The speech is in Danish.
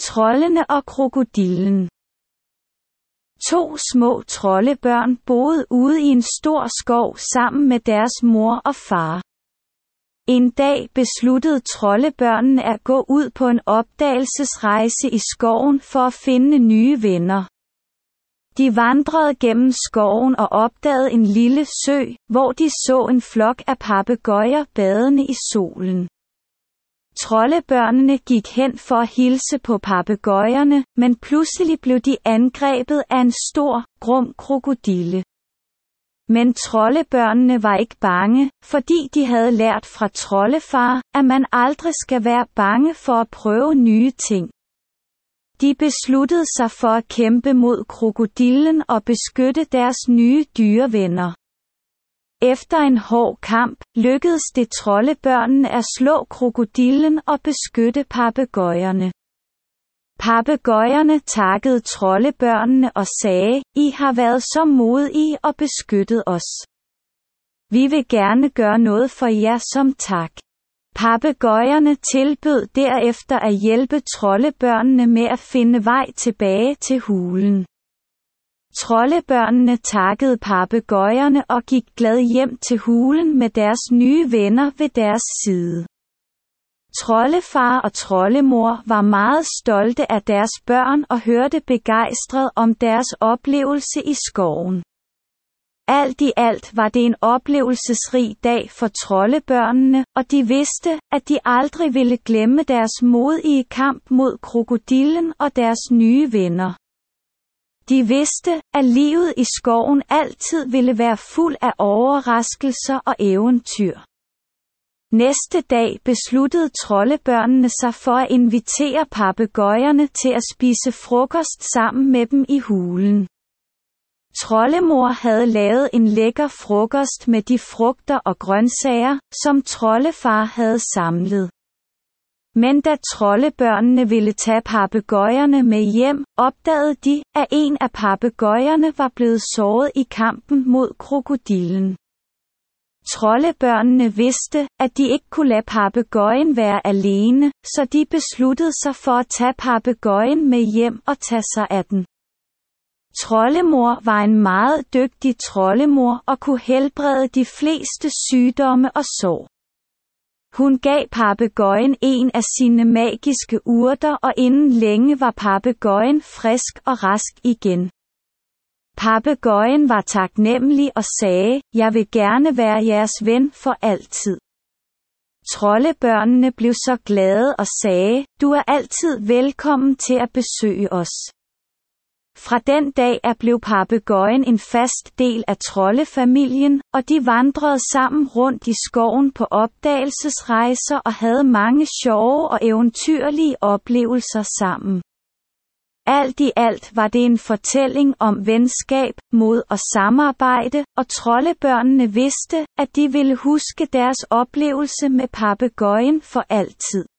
Troldene og krokodillen. To små troldebørn boede ude i en stor skov sammen med deres mor og far. En dag besluttede troldebørnene at gå ud på en opdagelsesrejse i skoven for at finde nye venner. De vandrede gennem skoven og opdagede en lille sø, hvor de så en flok af papegøjer badende i solen. Troldebørnene gik hen for at hilse på papegøjerne, men pludselig blev de angrebet af en stor, grum krokodille. Men troldebørnene var ikke bange, fordi de havde lært fra troldefar, at man aldrig skal være bange for at prøve nye ting. De besluttede sig for at kæmpe mod krokodillen og beskytte deres nye dyrevenner. Efter en hård kamp, lykkedes det troldebørnene at slå krokodillen og beskytte papegøjerne. Papegøjerne takkede troldebørnene og sagde, I har været så modige og beskyttet os. Vi vil gerne gøre noget for jer som tak. Papegøjerne tilbød derefter at hjælpe troldebørnene med at finde vej tilbage til hulen. Troldebørnene takkede papegøjerne og gik glad hjem til hulen med deres nye venner ved deres side. Troldefar og troldemor var meget stolte af deres børn og hørte begejstret om deres oplevelse i skoven. Alt i alt var det en oplevelsesrig dag for troldebørnene, og de vidste, at de aldrig ville glemme deres modige kamp mod krokodillen og deres nye venner. De vidste, at livet i skoven altid ville være fuld af overraskelser og eventyr. Næste dag besluttede troldebørnene sig for at invitere papegøjerne til at spise frokost sammen med dem i hulen. Troldemor havde lavet en lækker frokost med de frugter og grøntsager, som troldefar havde samlet. Men da troldebørnene ville tage papegøjerne med hjem, opdagede de, at en af papegøjerne var blevet såret i kampen mod krokodillen. Troldebørnene vidste, at de ikke kunne lade papegøjen være alene, så de besluttede sig for at tage papegøjen med hjem og tage sig af den. Troldemor var en meget dygtig troldemor og kunne helbrede de fleste sygdomme og sår. Hun gav papegøjen en af sine magiske urter, og inden længe var papegøjen frisk og rask igen. Papegøjen var taknemmelig og sagde, jeg vil gerne være jeres ven for altid. Troldebørnene blev så glade og sagde, du er altid velkommen til at besøge os. Fra den dag af blev papegøjen en fast del af troldefamilien, og de vandrede sammen rundt i skoven på opdagelsesrejser og havde mange sjove og eventyrlige oplevelser sammen. Alt i alt var det en fortælling om venskab, mod og samarbejde, og troldebørnene vidste, at de ville huske deres oplevelse med papegøjen for altid.